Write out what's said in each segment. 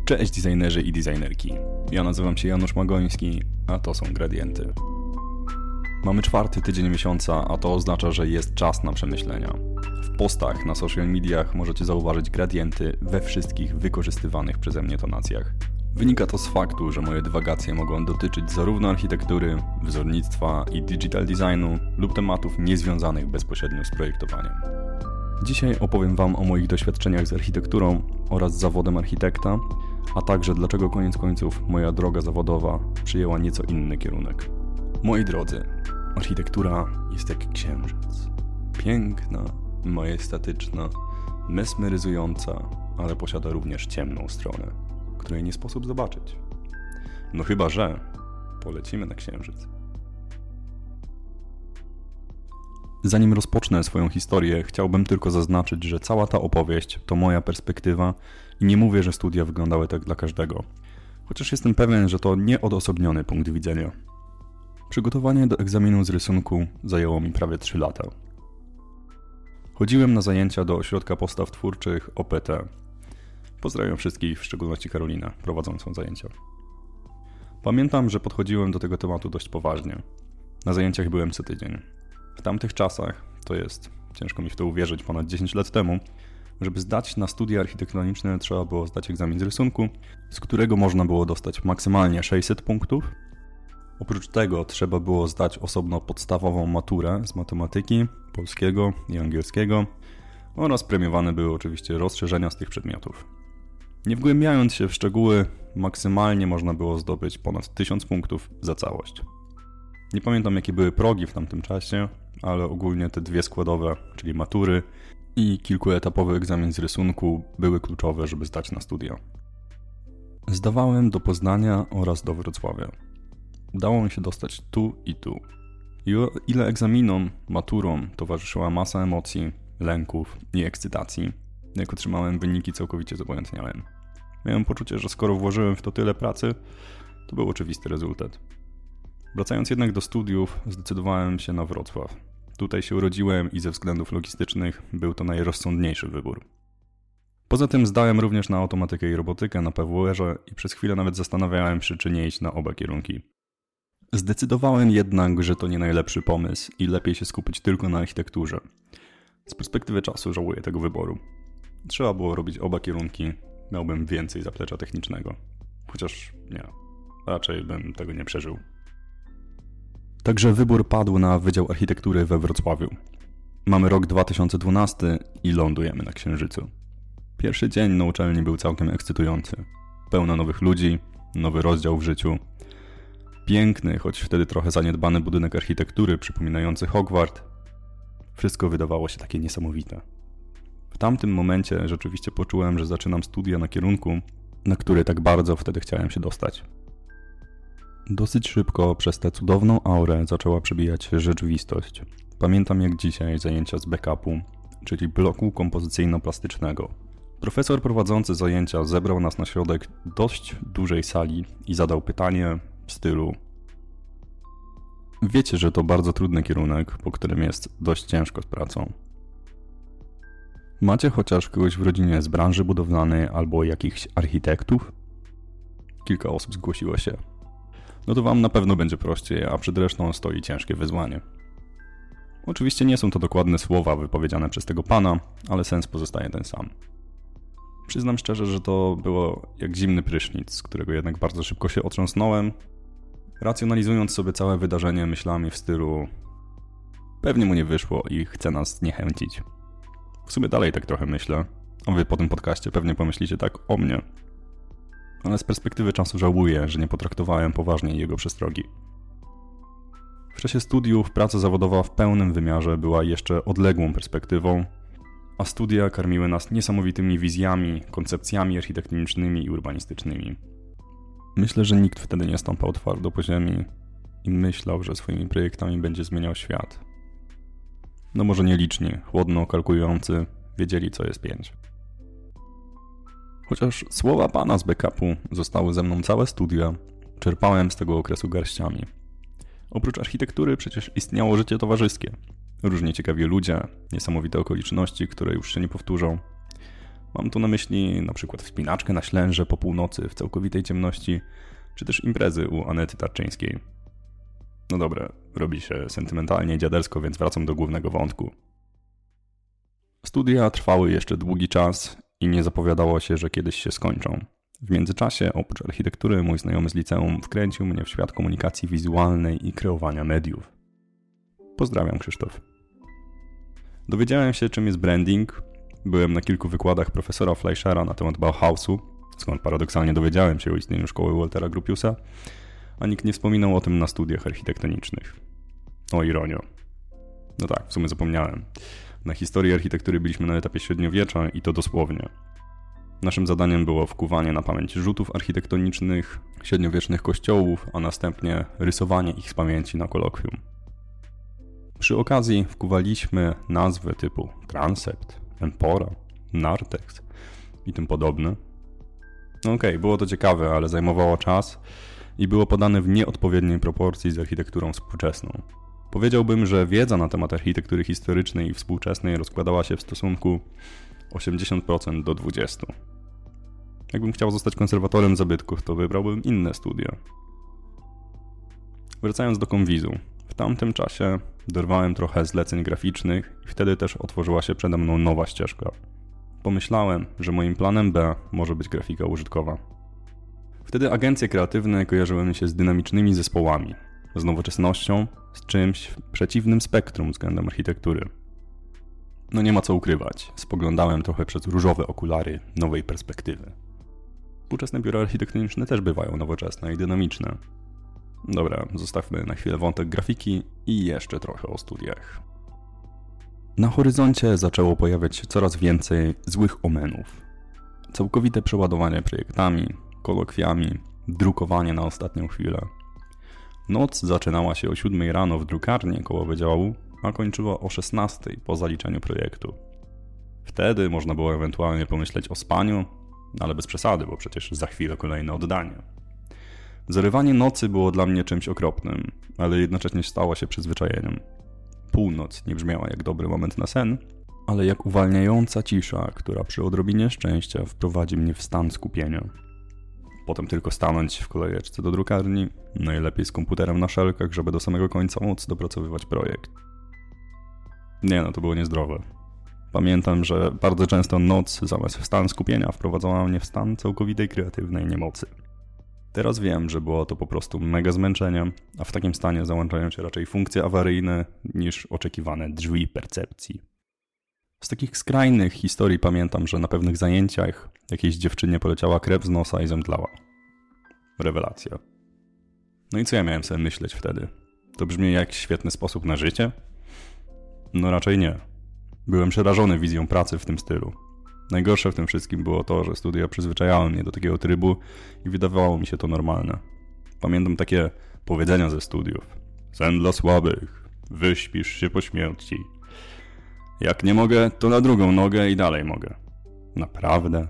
Cześć designerzy i designerki. Ja nazywam się Janusz Magoński, a to są Gradienty. Mamy 4. tydzień miesiąca, a to oznacza, że jest czas na przemyślenia. W postach na social mediach możecie zauważyć gradienty we wszystkich wykorzystywanych przeze mnie tonacjach. Wynika to z faktu, że moje dywagacje mogą dotyczyć zarówno architektury, wzornictwa i digital designu lub tematów niezwiązanych bezpośrednio z projektowaniem. Dzisiaj opowiem Wam o moich doświadczeniach z architekturą oraz zawodem architekta, a także dlaczego koniec końców moja droga zawodowa przyjęła nieco inny kierunek. Moi drodzy, architektura jest jak księżyc. Piękna, majestatyczna, mesmeryzująca, ale posiada również ciemną stronę, której nie sposób zobaczyć. No chyba że polecimy na księżyc. Zanim rozpocznę swoją historię, chciałbym tylko zaznaczyć, że cała ta opowieść to moja perspektywa i nie mówię, że studia wyglądały tak dla każdego. Chociaż jestem pewien, że to nieodosobniony punkt widzenia. Przygotowanie do egzaminu z rysunku zajęło mi prawie 3 lata. Chodziłem na zajęcia do Ośrodka Postaw Twórczych OPT. Pozdrawiam wszystkich, w szczególności Karolinę, prowadzącą zajęcia. Pamiętam, że podchodziłem do tego tematu dość poważnie. Na zajęciach byłem co tydzień. W tamtych czasach, to jest, ciężko mi w to uwierzyć, ponad 10 lat temu, żeby zdać na studia architektoniczne trzeba było zdać egzamin z rysunku, z którego można było dostać maksymalnie 600 punktów. Oprócz tego trzeba było zdać osobno podstawową maturę z matematyki, polskiego i angielskiego oraz premiowane były oczywiście rozszerzenia z tych przedmiotów. Nie wgłębiając się w szczegóły, maksymalnie można było zdobyć ponad 1000 punktów za całość. Nie pamiętam jakie były progi w tamtym czasie, ale ogólnie te 2 składowe, czyli matury i kilkuetapowy egzamin z rysunku były kluczowe, żeby zdać na studia. Zdawałem do Poznania oraz do Wrocławia. Udało mi się dostać tu i tu. I o ile egzaminom, maturom towarzyszyła masa emocji, lęków i ekscytacji, jak otrzymałem wyniki, całkowicie zobojętniałem. Miałem poczucie, że skoro włożyłem w to tyle pracy, to był oczywisty rezultat. Wracając jednak do studiów, zdecydowałem się na Wrocław. Tutaj się urodziłem i ze względów logistycznych był to najrozsądniejszy wybór. Poza tym zdałem również na automatykę i robotykę na PWR-ze i przez chwilę nawet zastanawiałem się, czy nie iść na oba kierunki. Zdecydowałem jednak, że to nie najlepszy pomysł i lepiej się skupić tylko na architekturze. Z perspektywy czasu żałuję tego wyboru. Trzeba było robić oba kierunki, miałbym więcej zaplecza technicznego. Chociaż nie, raczej bym tego nie przeżył. Także wybór padł na Wydział Architektury we Wrocławiu. Mamy rok 2012 i lądujemy na Księżycu. Pierwszy dzień na uczelni był całkiem ekscytujący. Pełno nowych ludzi, nowy rozdział w życiu. Piękny, choć wtedy trochę zaniedbany budynek architektury przypominający Hogwart. Wszystko wydawało się takie niesamowite. W tamtym momencie rzeczywiście poczułem, że zaczynam studia na kierunku, na który tak bardzo wtedy chciałem się dostać. Dosyć szybko przez tę cudowną aurę zaczęła przebijać się rzeczywistość. Pamiętam jak dzisiaj zajęcia z backupu, czyli bloku kompozycyjno-plastycznego. Profesor prowadzący zajęcia zebrał nas na środek dość dużej sali i zadał pytanie w stylu: wiecie, że to bardzo trudny kierunek, po którym jest dość ciężko z pracą. Macie chociaż kogoś w rodzinie z branży budowlanej albo jakichś architektów? Kilka osób zgłosiło się. No to wam na pewno będzie prościej, a przed resztą stoi ciężkie wyzwanie. Oczywiście nie są to dokładne słowa wypowiedziane przez tego pana, ale sens pozostaje ten sam. Przyznam szczerze, że to było jak zimny prysznic, z którego jednak bardzo szybko się otrząsnąłem. Racjonalizując sobie całe wydarzenie myślami w stylu: pewnie mu nie wyszło i chce nas zniechęcić. W sumie dalej tak trochę myślę, a wy po tym podcaście pewnie pomyślicie tak o mnie. Ale z perspektywy czasu żałuję, że nie potraktowałem poważnie jego przestrogi. W czasie studiów praca zawodowa w pełnym wymiarze była jeszcze odległą perspektywą, a studia karmiły nas niesamowitymi wizjami, koncepcjami architektonicznymi i urbanistycznymi. Myślę, że nikt wtedy nie stąpał twardo po ziemi i myślał, że swoimi projektami będzie zmieniał świat. No może nieliczni, chłodno kalkulujący, wiedzieli co jest 5. Chociaż słowa pana z backupu zostały ze mną całe studia, czerpałem z tego okresu garściami. Oprócz architektury przecież istniało życie towarzyskie. Różnie ciekawi ludzie, niesamowite okoliczności, które już się nie powtórzą. Mam tu na myśli na przykład wspinaczkę na Ślęże po północy w całkowitej ciemności, czy też imprezy u Anety Tarczyńskiej. No dobra, robi się sentymentalnie i dziadersko, więc wracam do głównego wątku. Studia trwały jeszcze długi czas i nie zapowiadało się, że kiedyś się skończą. W międzyczasie, oprócz architektury, mój znajomy z liceum wkręcił mnie w świat komunikacji wizualnej i kreowania mediów. Pozdrawiam, Krzysztof. Dowiedziałem się, czym jest branding. Byłem na kilku wykładach profesora Fleischera na temat Bauhausu, skąd paradoksalnie dowiedziałem się o istnieniu szkoły Waltera Gropiusa, a nikt nie wspominał o tym na studiach architektonicznych. O ironio. No tak, w sumie zapomniałem. Na historii architektury byliśmy na etapie średniowiecza i to dosłownie. Naszym zadaniem było wkuwanie na pamięć rzutów architektonicznych, średniowiecznych kościołów, a następnie rysowanie ich z pamięci na kolokwium. Przy okazji wkuwaliśmy nazwy typu transept, empora, narthex i tym podobne. No okej, było to ciekawe, ale zajmowało czas i było podane w nieodpowiedniej proporcji z architekturą współczesną. Powiedziałbym, że wiedza na temat architektury historycznej i współczesnej rozkładała się w stosunku 80% do 20%. Jakbym chciał zostać konserwatorem zabytków, to wybrałbym inne studia. Wracając do konwizu. W tamtym czasie dorwałem trochę zleceń graficznych i wtedy też otworzyła się przede mną nowa ścieżka. Pomyślałem, że moim planem B może być grafika użytkowa. Wtedy agencje kreatywne kojarzyły mi się z dynamicznymi zespołami, z nowoczesnością, z czymś w przeciwnym spektrum względem architektury. No nie ma co ukrywać, spoglądałem trochę przez różowe okulary nowej perspektywy. Współczesne biura architektoniczne też bywają nowoczesne i dynamiczne. Dobra, zostawmy na chwilę wątek grafiki i jeszcze trochę o studiach. Na horyzoncie zaczęło pojawiać się coraz więcej złych omenów. Całkowite przeładowanie projektami, kolokwiami, drukowanie na ostatnią chwilę. Noc zaczynała się o 7 rano w drukarni koło wydziału, a kończyła o 16 po zaliczeniu projektu. Wtedy można było ewentualnie pomyśleć o spaniu, ale bez przesady, bo przecież za chwilę kolejne oddanie. Zarywanie nocy było dla mnie czymś okropnym, ale jednocześnie stało się przyzwyczajeniem. Północ nie brzmiała jak dobry moment na sen, ale jak uwalniająca cisza, która przy odrobinie szczęścia wprowadzi mnie w stan skupienia. Potem tylko stanąć w kolejeczce do drukarni, najlepiej z komputerem na szelkach, żeby do samego końca móc dopracowywać projekt. Nie no, to było niezdrowe. Pamiętam, że bardzo często noc zamiast w stan skupienia wprowadzała mnie w stan całkowitej kreatywnej niemocy. Teraz wiem, że było to po prostu mega zmęczenie, a w takim stanie załączają się raczej funkcje awaryjne niż oczekiwane drzwi percepcji. Z takich skrajnych historii pamiętam, że na pewnych zajęciach jakiejś dziewczynie poleciała krew z nosa i zemdlała. Rewelacja. No i co ja miałem sobie myśleć wtedy? To brzmi jak świetny sposób na życie? No raczej nie. Byłem przerażony wizją pracy w tym stylu. Najgorsze w tym wszystkim było to, że studia przyzwyczajały mnie do takiego trybu i wydawało mi się to normalne. Pamiętam takie powiedzenia ze studiów. Sen dla słabych, wyśpisz się po śmierci. Jak nie mogę, to na drugą nogę i dalej mogę. Naprawdę?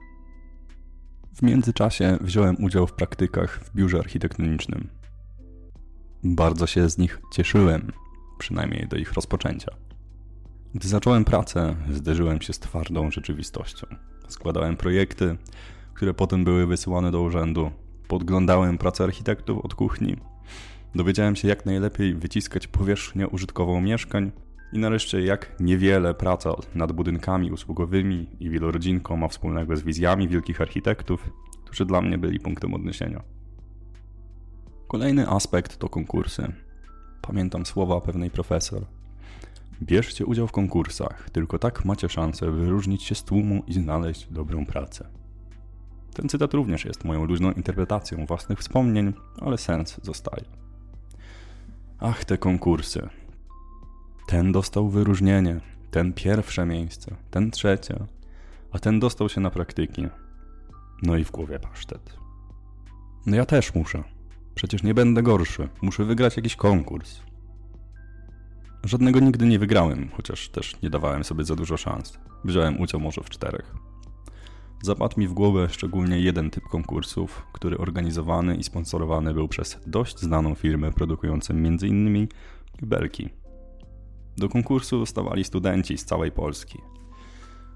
W międzyczasie wziąłem udział w praktykach w biurze architektonicznym. Bardzo się z nich cieszyłem, przynajmniej do ich rozpoczęcia. Gdy zacząłem pracę, zderzyłem się z twardą rzeczywistością. Składałem projekty, które potem były wysyłane do urzędu. Podglądałem pracę architektów od kuchni. Dowiedziałem się, jak najlepiej wyciskać powierzchnię użytkową mieszkań i nareszcie, jak niewiele praca nad budynkami usługowymi i wielorodzinką ma wspólnego z wizjami wielkich architektów, którzy dla mnie byli punktem odniesienia. Kolejny aspekt to konkursy. Pamiętam słowa pewnej profesor. Bierzcie udział w konkursach, tylko tak macie szansę wyróżnić się z tłumu i znaleźć dobrą pracę. Ten cytat również jest moją luźną interpretacją własnych wspomnień, ale sens zostaje. Ach, te konkursy. Ten dostał wyróżnienie, ten pierwsze miejsce, ten trzecie, a ten dostał się na praktyki. No i w głowie pasztet. No ja też muszę. Przecież nie będę gorszy. Muszę wygrać jakiś konkurs. Żadnego nigdy nie wygrałem, chociaż też nie dawałem sobie za dużo szans. Wziąłem udział może w 4. Zapadł mi w głowę szczególnie jeden typ konkursów, który organizowany i sponsorowany był przez dość znaną firmę produkującą m.in. belki. Do konkursu stawali studenci z całej Polski.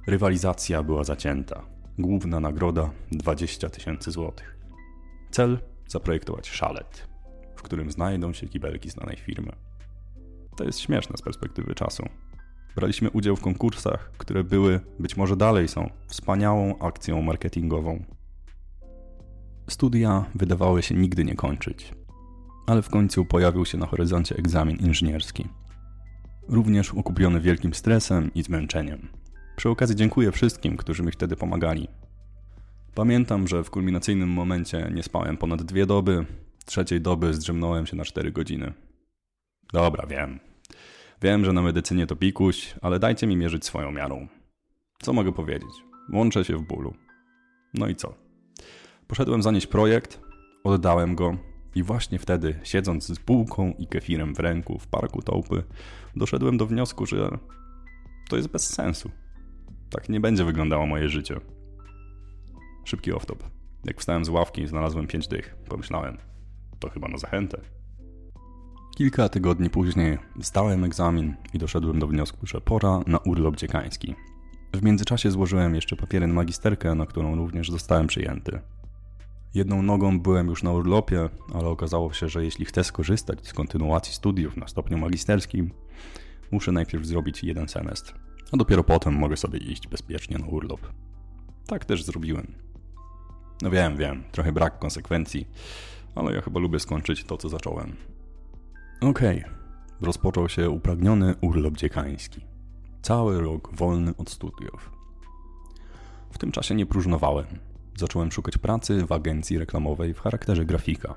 Rywalizacja była zacięta. Główna nagroda 20 000 złotych. Cel zaprojektować szalet, w którym znajdą się kibelki znanej firmy. To jest śmieszne z perspektywy czasu. Braliśmy udział w konkursach, które były, być może dalej są, wspaniałą akcją marketingową. Studia wydawały się nigdy nie kończyć, ale w końcu pojawił się na horyzoncie egzamin inżynierski. Również okupiony wielkim stresem i zmęczeniem. Przy okazji dziękuję wszystkim, którzy mi wtedy pomagali. Pamiętam, że w kulminacyjnym momencie nie spałem ponad 2 doby, 3 doby zdrzemnąłem się na 4 godziny. Dobra, Wiem, że na medycynie to pikuś, ale dajcie mi mierzyć swoją miarą. Co mogę powiedzieć? Łączę się w bólu. No i co? Poszedłem zanieść projekt, oddałem go i właśnie wtedy, siedząc z bułką i kefirem w ręku w parku Tołpy, doszedłem do wniosku, że to jest bez sensu. Tak nie będzie wyglądało moje życie. Szybki off-top. Jak wstałem z ławki, znalazłem 5 dych. Pomyślałem, to chyba na zachętę. Kilka tygodni później zdałem egzamin i doszedłem do wniosku, że pora na urlop dziekański. W międzyczasie złożyłem jeszcze papiery na magisterkę, na którą również zostałem przyjęty. Jedną nogą byłem już na urlopie, ale okazało się, że jeśli chcę skorzystać z kontynuacji studiów na stopniu magisterskim, muszę najpierw zrobić 1 semestr, a dopiero potem mogę sobie iść bezpiecznie na urlop. Tak też zrobiłem. No wiem, trochę brak konsekwencji, ale ja chyba lubię skończyć to, co zacząłem. Okej, rozpoczął się upragniony urlop dziekański. Cały rok wolny od studiów. W tym czasie nie próżnowałem. Zacząłem szukać pracy w agencji reklamowej w charakterze grafika.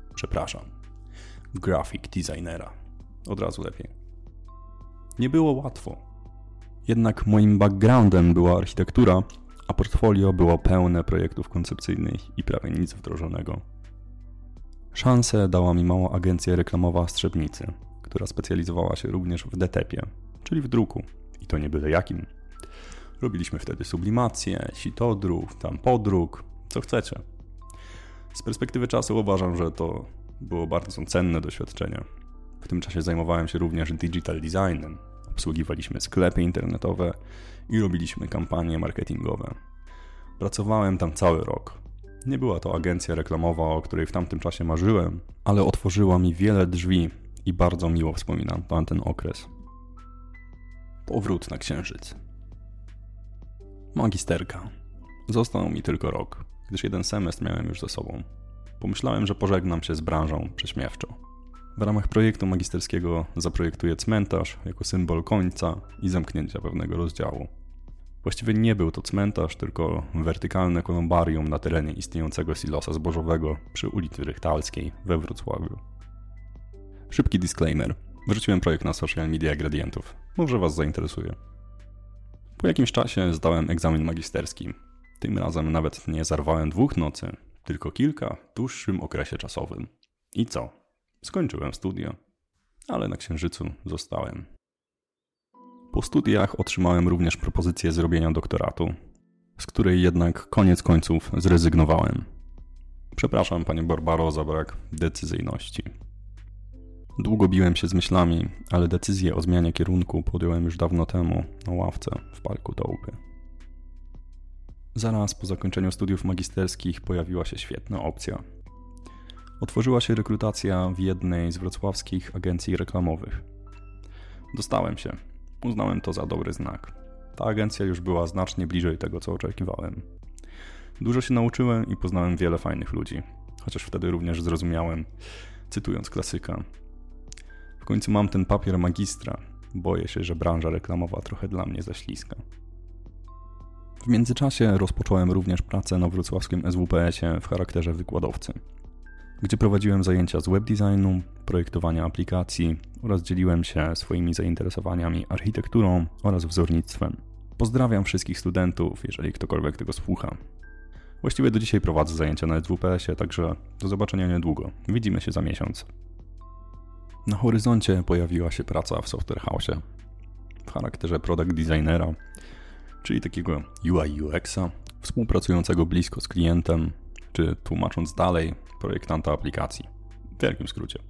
Graphic designera. Od razu lepiej. Nie było łatwo. Jednak moim backgroundem była architektura, a portfolio było pełne projektów koncepcyjnych i prawie nic wdrożonego. Szansę dała mi mała agencja reklamowa z Trzebnicy, która specjalizowała się również w DTP-ie, czyli w druku. I to nie byle jakim. Robiliśmy wtedy sublimację, sitodruk, tam podruk, co chcecie. Z perspektywy czasu uważam, że to było bardzo cenne doświadczenie. W tym czasie zajmowałem się również digital designem. Obsługiwaliśmy sklepy internetowe i robiliśmy kampanie marketingowe. Pracowałem tam cały rok. Nie była to agencja reklamowa, o której w tamtym czasie marzyłem, ale otworzyła mi wiele drzwi i bardzo miło wspominam ten okres. Powrót na Księżyc. Magisterka. Został mi tylko rok, gdyż 1 semestr miałem już za sobą. Pomyślałem, że pożegnam się z branżą prześmiewczo. W ramach projektu magisterskiego zaprojektuję cmentarz jako symbol końca i zamknięcia pewnego rozdziału. Właściwie nie był to cmentarz, tylko wertykalne kolumbarium na terenie istniejącego silosa zbożowego przy ulicy Rychtalskiej we Wrocławiu. Szybki disclaimer. Wrzuciłem projekt na social media Gradientów. Może Was zainteresuje. Po jakimś czasie zdałem egzamin magisterski. Tym razem nawet nie zarwałem 2 nocy, tylko kilka w dłuższym okresie czasowym. I co? Skończyłem studia, ale na Księżycu zostałem. Po studiach otrzymałem również propozycję zrobienia doktoratu, z której jednak koniec końców zrezygnowałem. Przepraszam, panie Barbaro, za brak decyzyjności. Długo biłem się z myślami, ale decyzję o zmianie kierunku podjąłem już dawno temu na ławce w parku Tołpy. Zaraz po zakończeniu studiów magisterskich pojawiła się świetna opcja. Otworzyła się rekrutacja w jednej z wrocławskich agencji reklamowych. Dostałem się. Uznałem to za dobry znak. Ta agencja już była znacznie bliżej tego, co oczekiwałem. Dużo się nauczyłem i poznałem wiele fajnych ludzi, chociaż wtedy również zrozumiałem, cytując klasyka: w końcu mam ten papier magistra, boję się, że branża reklamowa trochę dla mnie za śliska. W międzyczasie rozpocząłem również pracę na wrocławskim SWPS-ie w charakterze wykładowcy, gdzie prowadziłem zajęcia z webdesignu, projektowania aplikacji oraz dzieliłem się swoimi zainteresowaniami architekturą oraz wzornictwem. Pozdrawiam wszystkich studentów, jeżeli ktokolwiek tego słucha. Właściwie do dzisiaj prowadzę zajęcia na SWPS-ie, także do zobaczenia niedługo. Widzimy się za miesiąc. Na horyzoncie pojawiła się praca w Software House'ie w charakterze product designera, czyli takiego UI UX-a, współpracującego blisko z klientem, czy tłumacząc dalej, projektanta aplikacji. W wielkim skrócie.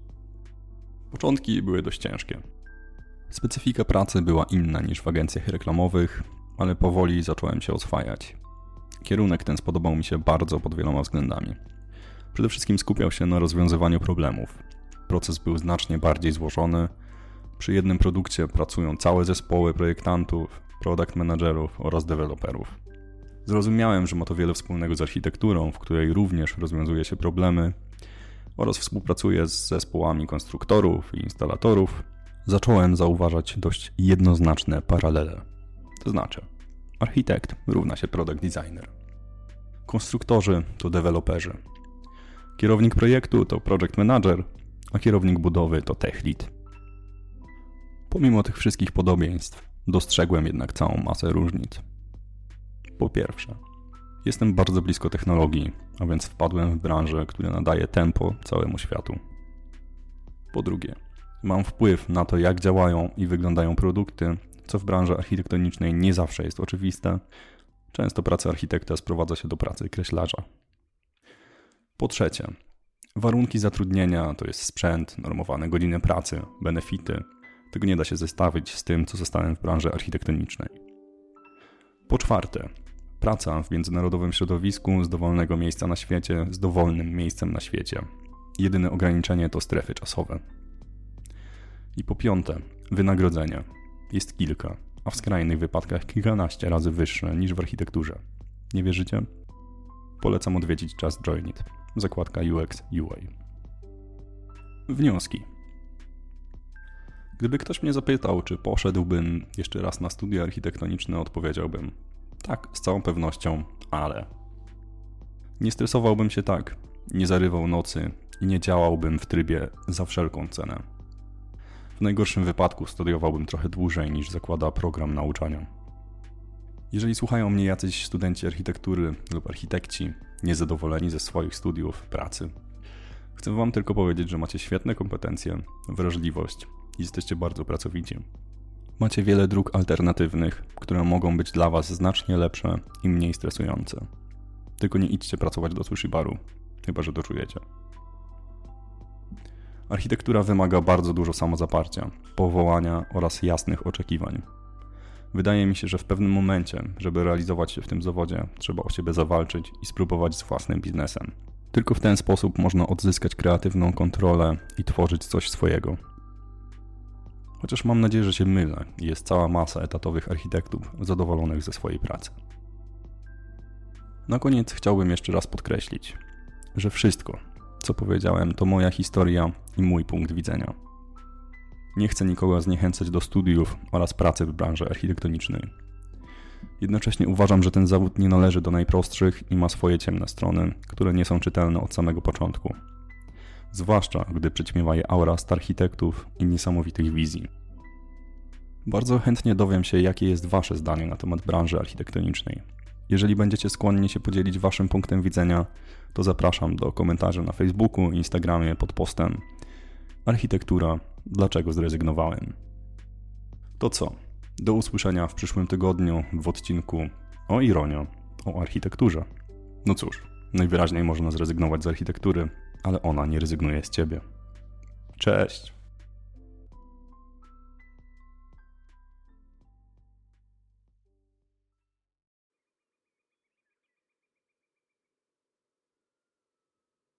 Początki były dość ciężkie. Specyfika pracy była inna niż w agencjach reklamowych ale powoli zacząłem się oswajać. Kierunek ten spodobał mi się bardzo pod wieloma względami. Przede wszystkim skupiał się na rozwiązywaniu problemów. Proces był znacznie bardziej złożony. Przy jednym produkcie pracują całe zespoły projektantów, product managerów oraz deweloperów. Zrozumiałem, że ma to wiele wspólnego z architekturą, w której również rozwiązuje się problemy oraz współpracuję z zespołami konstruktorów i instalatorów. Zacząłem zauważać dość jednoznaczne paralele. To znaczy, architekt równa się product designer. Konstruktorzy to deweloperzy. Kierownik projektu to project manager, a kierownik budowy to tech lead. Pomimo tych wszystkich podobieństw, dostrzegłem jednak całą masę różnic. Po pierwsze, jestem bardzo blisko technologii, a więc wpadłem w branżę, która nadaje tempo całemu światu. Po drugie, mam wpływ na to, jak działają i wyglądają produkty, co w branży architektonicznej nie zawsze jest oczywiste. Często praca architekta sprowadza się do pracy kreślarza. Po trzecie, warunki zatrudnienia to jest sprzęt, normowane godziny pracy, benefity. Tego nie da się zestawić z tym, co zostałem w branży architektonicznej. Po czwarte, praca w międzynarodowym środowisku z dowolnego miejsca na świecie, z dowolnym miejscem na świecie. Jedyne ograniczenie to strefy czasowe. I po piąte, wynagrodzenie. Jest kilka, a w skrajnych wypadkach kilkanaście razy wyższe niż w architekturze. Nie wierzycie? Polecam odwiedzić Just Join It, zakładka UX UI. Wnioski. Gdyby ktoś mnie zapytał, czy poszedłbym jeszcze raz na studia architektoniczne, odpowiedziałbym: tak, z całą pewnością, ale nie stresowałbym się tak, nie zarywał nocy i nie działałbym w trybie za wszelką cenę. W najgorszym wypadku studiowałbym trochę dłużej niż zakłada program nauczania. Jeżeli słuchają mnie jacyś studenci architektury lub architekci niezadowoleni ze swoich studiów, pracy, chcę wam tylko powiedzieć, że macie świetne kompetencje, wrażliwość i jesteście bardzo pracowici. Macie wiele dróg alternatywnych, które mogą być dla was znacznie lepsze i mniej stresujące. Tylko nie idźcie pracować do sushi baru, chyba że to czujecie. Architektura wymaga bardzo dużo samozaparcia, powołania oraz jasnych oczekiwań. Wydaje mi się, że w pewnym momencie, żeby realizować się w tym zawodzie, trzeba o siebie zawalczyć i spróbować z własnym biznesem. Tylko w ten sposób można odzyskać kreatywną kontrolę i tworzyć coś swojego. Chociaż mam nadzieję, że się mylę i jest cała masa etatowych architektów zadowolonych ze swojej pracy. Na koniec chciałbym jeszcze raz podkreślić, że wszystko, co powiedziałem, to moja historia i mój punkt widzenia. Nie chcę nikogo zniechęcać do studiów oraz pracy w branży architektonicznej. Jednocześnie uważam, że ten zawód nie należy do najprostszych i ma swoje ciemne strony, które nie są czytelne od samego początku. Zwłaszcza, gdy przyćmiewa je aura architektów i niesamowitych wizji. Bardzo chętnie dowiem się, jakie jest wasze zdanie na temat branży architektonicznej. Jeżeli będziecie skłonni się podzielić waszym punktem widzenia, to zapraszam do komentarzy na Facebooku, Instagramie pod postem Architektura. Dlaczego zrezygnowałem? To co? Do usłyszenia w przyszłym tygodniu w odcinku o ironio, o architekturze. No cóż, najwyraźniej można zrezygnować z architektury, ale ona nie rezygnuje z ciebie. Cześć!